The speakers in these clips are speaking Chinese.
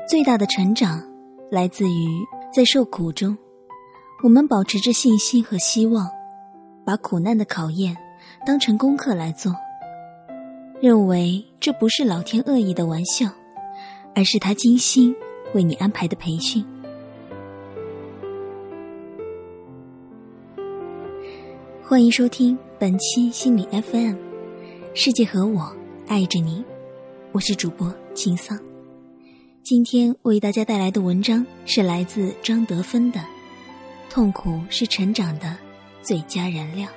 最大的成长来自于在受苦中，我们保持着信心和希望，把苦难的考验当成功课来做，认为这不是老天恶意的玩笑，而是他精心为你安排的培训。欢迎收听本期心理 FM， 世界和我爱着你，我是主播秦桑。今天为大家带来的文章是来自张德芬的《痛苦是成长的最佳燃料》。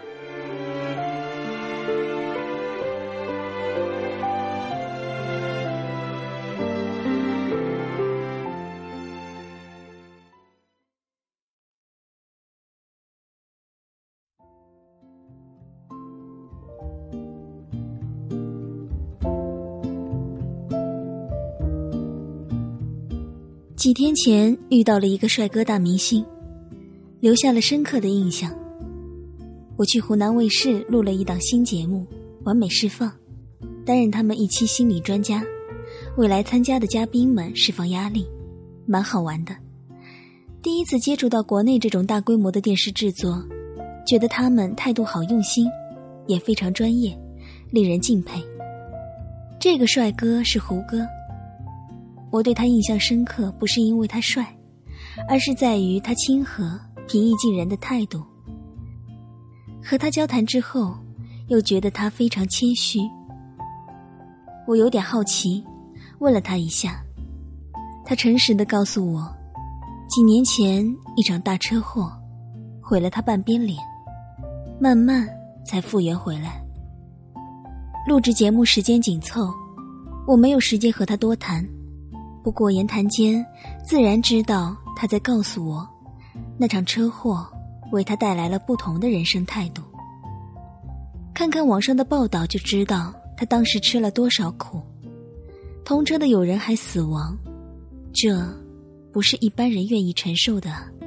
几天前遇到了一个帅哥大明星，留下了深刻的印象。我去湖南卫视录了一档新节目《完美释放》，担任他们一期心理专家，为来参加的嘉宾们释放压力，蛮好玩的。第一次接触到国内这种大规模的电视制作，觉得他们态度好用心，也非常专业，令人敬佩。这个帅哥是胡歌，我对他印象深刻，不是因为他帅，而是在于他亲和、平易近人的态度。和他交谈之后，又觉得他非常谦虚。我有点好奇，问了他一下，他诚实地告诉我，几年前一场大车祸毁了他半边脸，慢慢才复原回来。录制节目时间紧凑，我没有时间和他多谈，不过言谈间自然知道他在告诉我，那场车祸为他带来了不同的人生态度。看看网上的报道就知道他当时吃了多少苦，同车的有人还死亡，这不是一般人愿意承受的啊。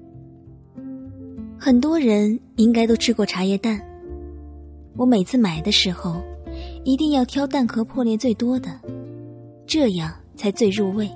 很多人应该都吃过茶叶蛋，我每次买的时候一定要挑蛋壳破裂最多的，这样才最入味。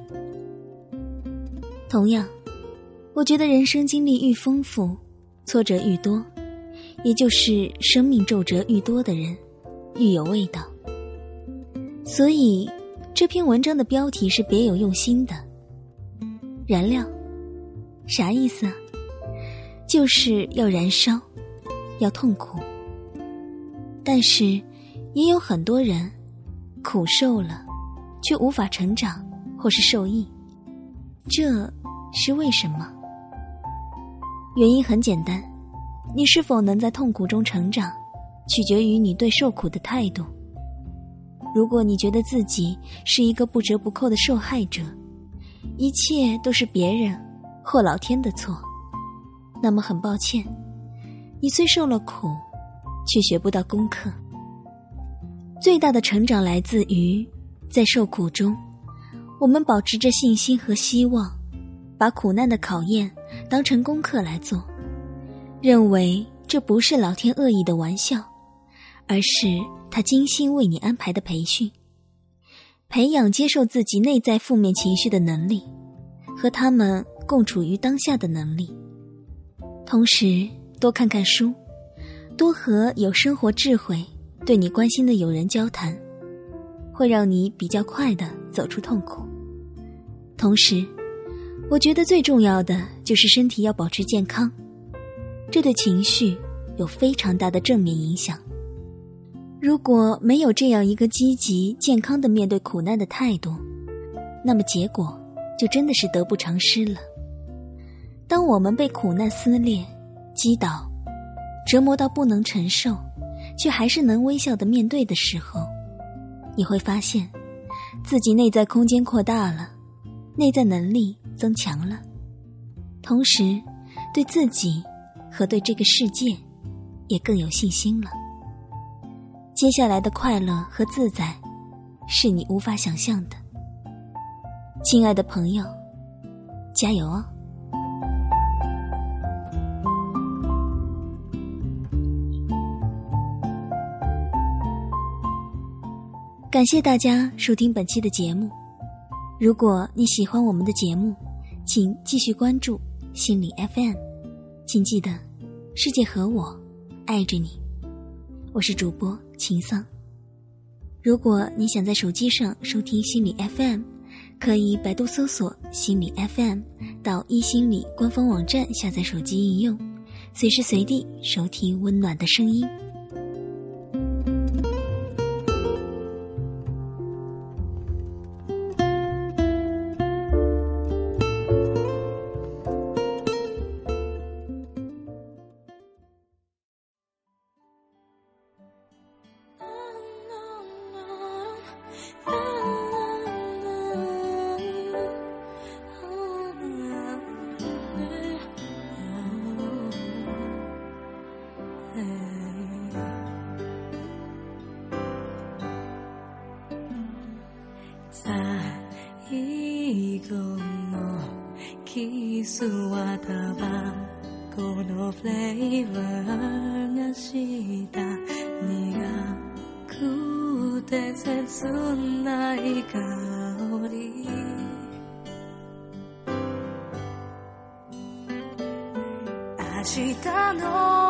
同样，我觉得人生经历愈丰富，挫折愈多，也就是生命皱褶愈多的人愈有味道。所以这篇文章的标题是别有用心的。燃料啥意思啊？就是要燃烧，要痛苦。但是也有很多人苦受了却无法成长或是受益，这是为什么？原因很简单，你是否能在痛苦中成长，取决于你对受苦的态度。如果你觉得自己是一个不折不扣的受害者，一切都是别人或老天的错，那么很抱歉，你虽受了苦，却学不到功课。最大的成长来自于在受苦中，我们保持着信心和希望，把苦难的考验当成功课来做，认为这不是老天恶意的玩笑，而是他精心为你安排的培训，培养接受自己内在负面情绪的能力，和他们共处于当下的能力。同时多看看书，多和有生活智慧对你关心的友人交谈，会让你比较快地走出痛苦。同时我觉得最重要的就是身体要保持健康，这对情绪有非常大的正面影响。如果没有这样一个积极健康的面对苦难的态度，那么结果就真的是得不偿失了。当我们被苦难撕裂、击倒、折磨到不能承受，却还是能微笑地面对的时候，你会发现自己内在空间扩大了，内在能力增强了，同时对自己和对这个世界也更有信心了。接下来的快乐和自在是你无法想象的。亲爱的朋友，加油哦！感谢大家收听本期的节目。 如果你喜欢我们的节目，请继续关注心理 FM， 请记得世界和我爱着你。我是主播秦桑。如果你想在手机上收听心理 FM， 可以百度搜索心理 FM， 到一心理官方网站下载手机应用，随时随地收听温暖的声音。 最後のキスはタバコのフレーバーがした苦くて切ない香り明日の